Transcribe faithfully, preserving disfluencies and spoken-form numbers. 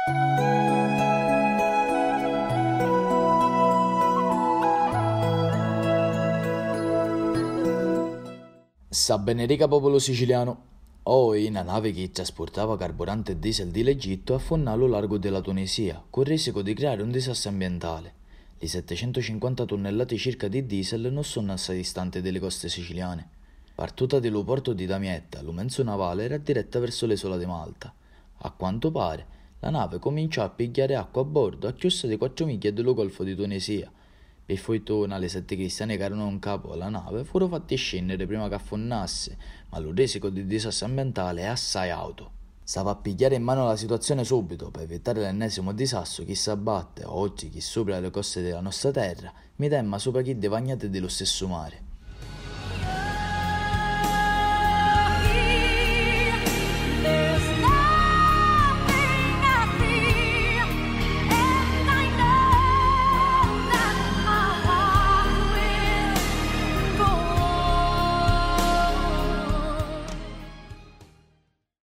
Sa benedica popolo siciliano. Oggi una nave che trasportava carburante e diesel dall'Egitto affonnò al largo della Tunisia, con il rischio di creare un disastro ambientale. Le settecentocinquanta tonnellate circa di diesel non sono assai distanti dalle coste siciliane. Partuta dal porto di Damietta, la mezzo navale era diretta verso l'isola di Malta. A quanto pare, la nave cominciò a pigliare acqua a bordo a chiusa di quattro miglia dello Golfo di Tunisia. Per fortuna, le sette cristiane che erano in capo alla nave furono fatti scendere prima che affonnasse, ma il rischio di disastro ambientale è assai alto. Stava a pigliare in mano la situazione subito per evitare l'ennesimo disastro che si abbatte oggi chi sopra le coste della nostra terra, mi temma sopra chi devagnate dello stesso mare.